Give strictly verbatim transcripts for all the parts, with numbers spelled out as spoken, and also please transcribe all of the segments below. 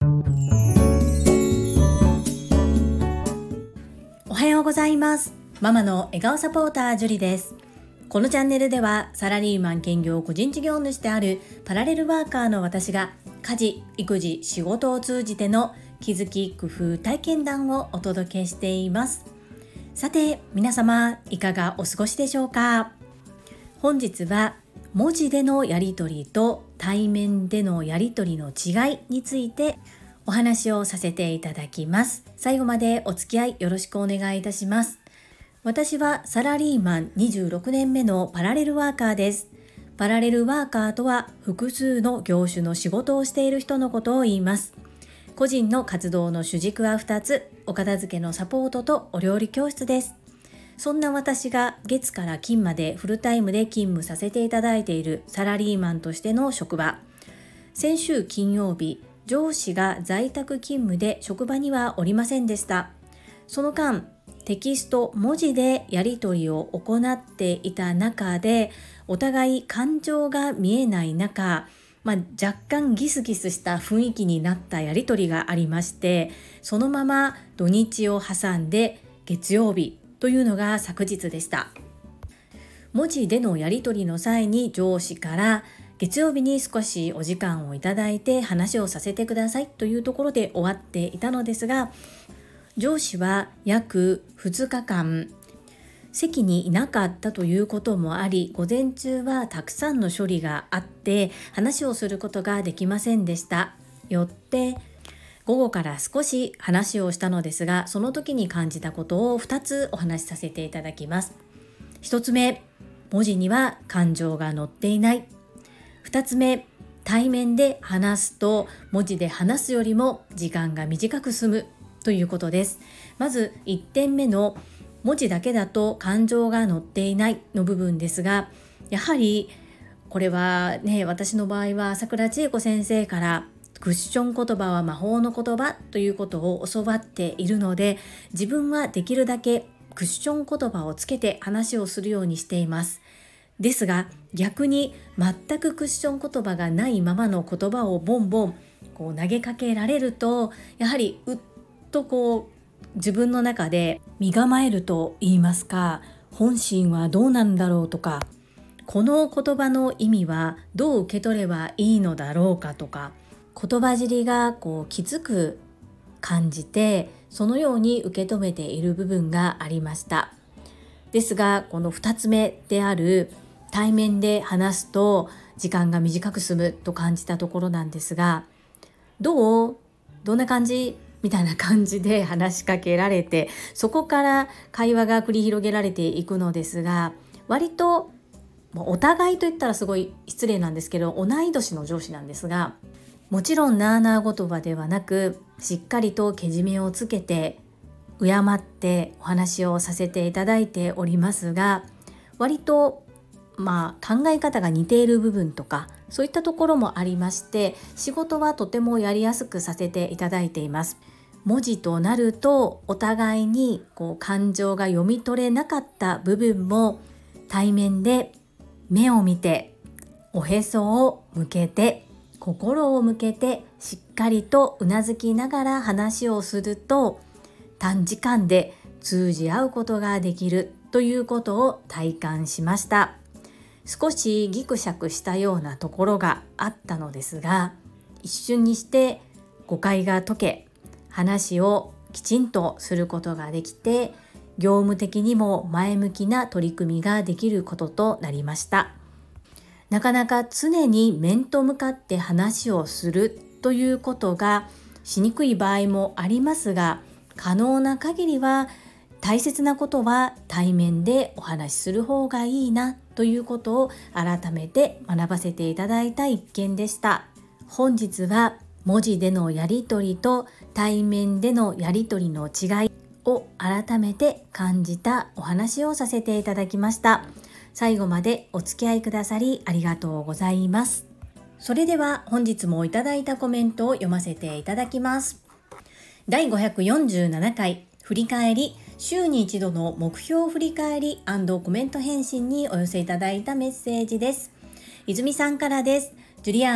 おはようございます。ママの笑顔サポータージュリです。このチャンネルではサラリーマン兼業個人事業主であるパラレルワーカーの私が家事、育児、仕事を通じての気づき、工夫、体験談をお届けしています。さて皆様いかがお過ごしでしょうか。本日は文字でのやり取りと対面でのやり取りの違いについてお話をさせていただきます。最後までお付き合いよろしくお願いいたします。私はサラリーマンにじゅうろくねんめのパラレルワーカーです。パラレルワーカーとは複数の業種の仕事をしている人のことを言います。個人の活動の主軸はふたつ、お片付けのサポートとお料理教室です。そんな私が月から金までフルタイムで勤務させていただいているサラリーマンとしての職場。先週金曜日、上司が在宅勤務で職場にはおりませんでした。その間、テキスト、文字でやり取りを行っていた中で、お互い感情が見えない中、まあ、若干ギスギスした雰囲気になったやり取りがありまして、そのまま土日を挟んで月曜日というのが昨日でした。文字でのやり取りの際に上司から月曜日に少しお時間をいただいて話をさせてくださいというところで終わっていたのですが、上司は約ふつかかん席にいなかったということもあり、午前中はたくさんの処理があって話をすることができませんでした。よって午後から少し話をしたのですが、その時に感じたことをふたつお話しさせていただきます。ひとつめ、文字には感情が載っていない。ふたつめ、対面で話すと文字で話すよりも時間が短く済むということです。まずいってんめの文字だけだと感情が載っていないの部分ですが、やはりこれはね、私の場合は朝倉千恵子先生からクッション言葉は魔法の言葉ということを教わっているので、自分はできるだけクッション言葉をつけて話をするようにしています。ですが逆に全くクッション言葉がないままの言葉をボンボンこう投げかけられると、やはりうっとこう自分の中で身構えると言いますか、本心はどうなんだろうとか、この言葉の意味はどう受け取ればいいのだろうかとか、言葉尻がこうきつく感じて、そのように受け止めている部分がありました。ですがこのふたつめである対面で話すと時間が短く済むと感じたところなんですが、どう？どんな感じ？みたいな感じで話しかけられて、そこから会話が繰り広げられていくのですが、割とお互いと言ったらすごい失礼なんですけど、同い年の上司なんですが、もちろんなあなあ言葉ではなく、しっかりとけじめをつけて敬ってお話をさせていただいておりますが、割とまあ考え方が似ている部分とかそういったところもありまして、仕事はとてもやりやすくさせていただいています。文字となるとお互いにこう感情が読み取れなかった部分も、対面で目を見ておへそを向けて心を向けてしっかりとうなずきながら話をすると、短時間で通じ合うことができるということを体感しました。少しギクシャクしたようなところがあったのですが、一瞬にして誤解が解け、話をきちんとすることができて、業務的にも前向きな取り組みができることとなりました。なかなか常に面と向かって話をするということがしにくい場合もありますが、可能な限りは大切なことは対面でお話しする方がいいなということを改めて学ばせていただいた一件でした。本日は文字でのやり取りと対面でのやり取りの違いを改めて感じたお話をさせていただきました。最後までお付き合いくださりありがとうございます。それでは本日もいただいたコメントを読ませていただきます。だいごひゃくよんじゅうななかい振り返り、週に一度の目標振り返り&コメント返信にお寄せいただいたメッセージです。泉さんからです。ジュリアーノ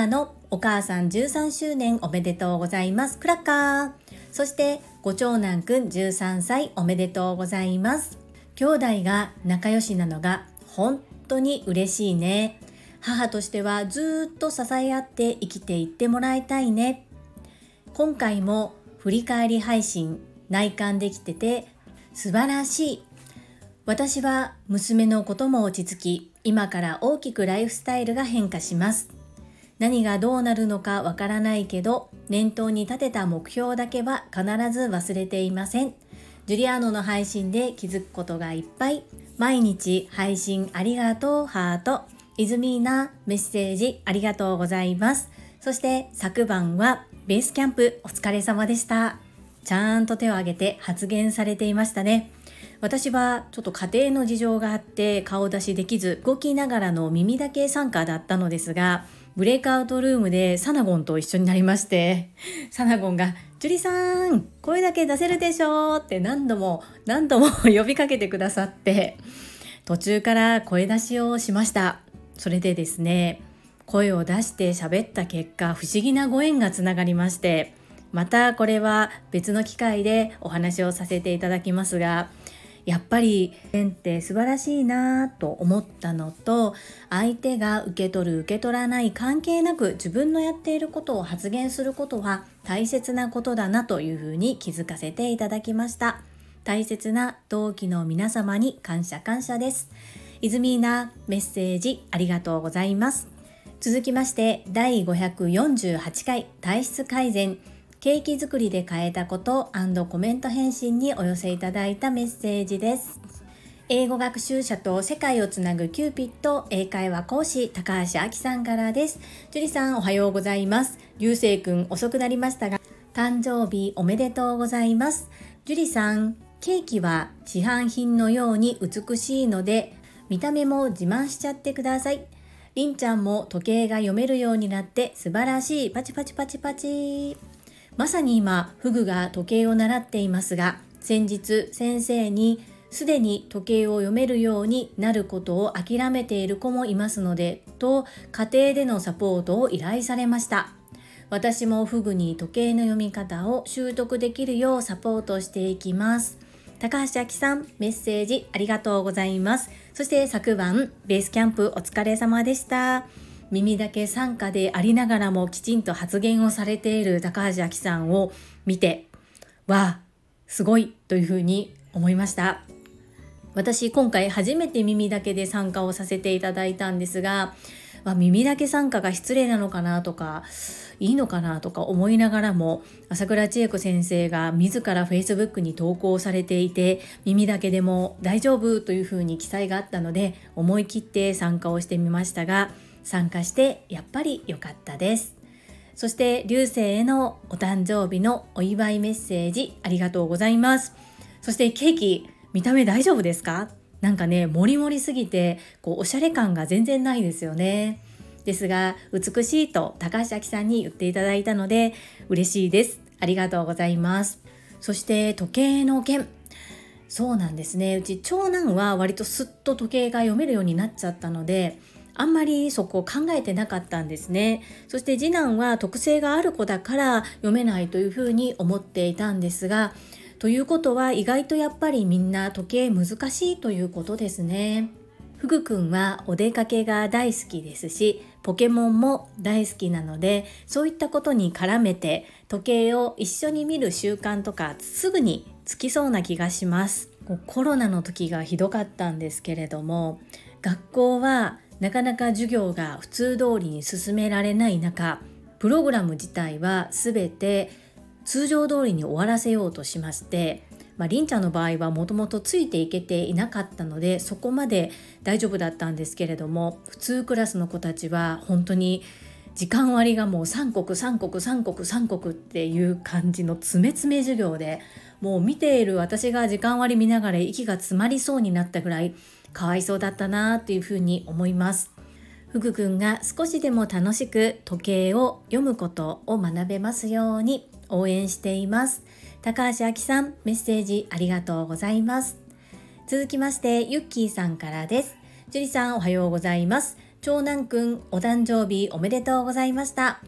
お母さんじゅうさんしゅうねんおめでとうございます。クラッカー。そしてご長男くんじゅうさんさいおめでとうございます。兄弟が仲良しなのが本当に嬉しいね。母としてはずっと支え合って生きていってもらいたいね。今回も振り返り配信内観できてて素晴らしい。私は娘のことも落ち着き、今から大きくライフスタイルが変化します。何がどうなるのかわからないけど、念頭に立てた目標だけは必ず忘れていません。ジュリアーノの配信で気づくことがいっぱい。毎日配信ありがとうハート。イズミーナメッセージありがとうございます。そして昨晩はベースキャンプお疲れ様でした。ちゃんと手を挙げて発言されていましたね。私はちょっと家庭の事情があって顔出しできず動きながらの耳だけ参加だったのですが、ブレイクアウトルームでサナゴンと一緒になりまして、サナゴンがジュリさん声だけ出せるでしょって何度も何度も呼びかけてくださって、途中から声出しをしました。それでですね、声を出して喋った結果、不思議なご縁がつながりまして、またこれは別の機会でお話をさせていただきますが、やっぱり縁って素晴らしいなと思ったのと、相手が受け取る受け取らない関係なく自分のやっていることを発言することは大切なことだなというふうに気づかせていただきました。大切な同期の皆様に感謝感謝です。イズミーナメッセージありがとうございます。続きましてだいごひゃくよんじゅうはちかい体質改善ケーキ作りで変えたこと&コメント返信にお寄せいただいたメッセージです。英語学習者と世界をつなぐキューピット英会話講師高橋明さんからです。ジュリさんおはようございます。流星くん遅くなりましたが誕生日おめでとうございます。ジュリさん、ケーキは市販品のように美しいので見た目も自慢しちゃってください。りんちゃんも時計が読めるようになって素晴らしい。パチパチパチパチ。まさに今フグが時計を習っていますが、先日先生にすでに時計を読めるようになることを諦めている子もいますのでと家庭でのサポートを依頼されました。私もフグに時計の読み方を習得できるようサポートしていきます。高橋明さん、メッセージありがとうございます。そして昨晩ベースキャンプお疲れ様でした。耳だけ参加でありながらもきちんと発言をされている高橋明さんを見て、わあすごいというふうに思いました。私今回初めて耳だけで参加をさせていただいたんですが、まあ、耳だけ参加が失礼なのかなとかいいのかなとか思いながらも、朝倉千恵子先生が自ら Facebook に投稿されていて、耳だけでも大丈夫というふうに記載があったので思い切って参加をしてみましたが、参加してやっぱり良かったです。そして流星へのお誕生日のお祝いメッセージありがとうございます。そしてケーキ見た目大丈夫ですか？なんかね、もりもりすぎてこうおしゃれ感が全然ないですよね。ですが美しいと高橋明さんに言っていただいたので嬉しいです。ありがとうございます。そして時計の件、そうなんですね。うち長男は割とすっと時計が読めるようになっちゃったので、あんまりそこを考えてなかったんですね。そして次男は特性がある子だから読めないというふうに思っていたんですが、ということは意外とやっぱりみんな時計難しいということですね。フグくんはお出かけが大好きですし、ポケモンも大好きなので、そういったことに絡めて時計を一緒に見る習慣とかすぐにつきそうな気がします。コロナの時がひどかったんですけれども、学校はなかなか授業が普通通りに進められない中、プログラム自体はすべて通常通りに終わらせようとしまして、まあ、りんちゃんの場合はもともとついていけていなかったのでそこまで大丈夫だったんですけれども、普通クラスの子たちは本当に時間割がもうさん国さん国さん国さん国っていう感じの詰め詰め授業で、もう見ている私が時間割見ながら息が詰まりそうになったぐらいかわいそうだったなっていうふうに思います。ふぐくんが少しでも楽しく時計を読むことを学べますように応援しています。高橋明さん、メッセージありがとうございます。続きましてゆっきーさんからです。ジュリさんおはようございます。長男くんお誕生日おめでとうございました。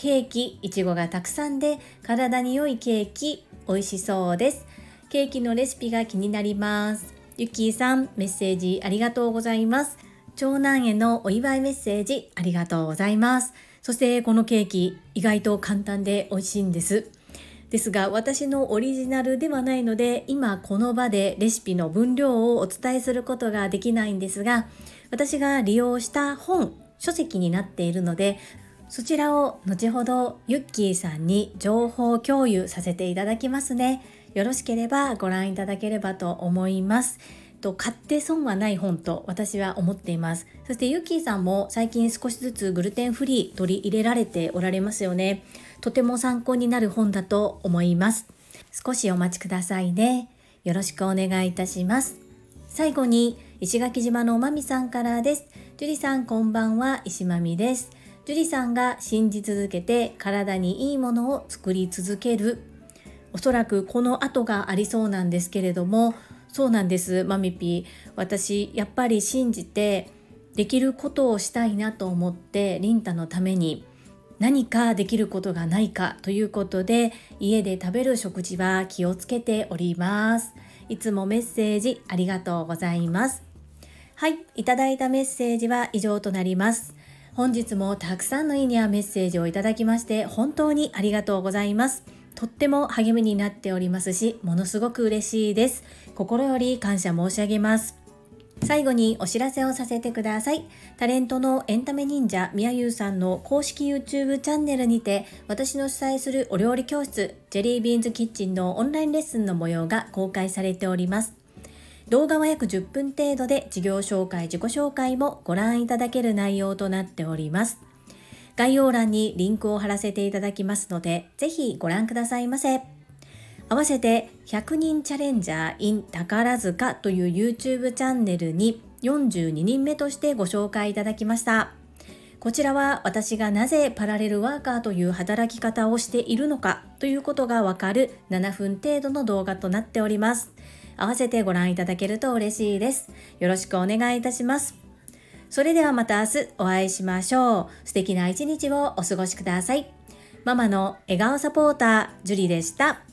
ケーキ、いちごがたくさんで体に良いケーキ、美味しそうです。ケーキのレシピが気になります。ゆきーさん、メッセージありがとうございます。長男へのお祝いメッセージありがとうございます。そしてこのケーキ、意外と簡単で美味しいんです。ですが私のオリジナルではないので、今この場でレシピの分量をお伝えすることができないんですが、私が利用した本、書籍になっているので、そちらを後ほどゆっきーさんに情報共有させていただきますね。よろしければご覧いただければと思います。と買って損はない本と私は思っています。そしてゆっきーさんも最近少しずつグルテンフリー取り入れられておられますよね。とても参考になる本だと思います。少しお待ちくださいね。よろしくお願いいたします。最後に石垣島のまみさんからです。ジュリさんこんばんは、石まみです。ジュリさんが信じ続けて体にいいものを作り続ける。おそらくこの後がありそうなんですけれども、そうなんです、マミピー。私やっぱり信じてできることをしたいなと思って、リンタのために何かできることがないかということで、家で食べる食事は気をつけております。いつもメッセージありがとうございます。はい、いただいたメッセージは以上となります。本日もたくさんのいいねやメッセージをいただきまして本当にありがとうございます。とっても励みになっておりますし、ものすごく嬉しいです。心より感謝申し上げます。最後にお知らせをさせてください。タレントのエンタメ忍者みやゆうさんの公式 YouTube チャンネルにて、私の主催するお料理教室ジェリービーンズキッチンのオンラインレッスンの模様が公開されております。動画は約じゅっぷん程度で、事業紹介、自己紹介もご覧いただける内容となっております。概要欄にリンクを貼らせていただきますので、ぜひご覧くださいませ。合わせてひゃくにんチャレンジャー in 宝塚という YouTube チャンネルによんじゅうににんめとしてご紹介いただきました。こちらは私がなぜパラレルワーカーという働き方をしているのかということがわかるななふん程度の動画となっております。合わせてご覧いただけると嬉しいです。よろしくお願いいたします。それではまた明日お会いしましょう。素敵な一日をお過ごしください。ママの笑顔サポーター、ジュリでした。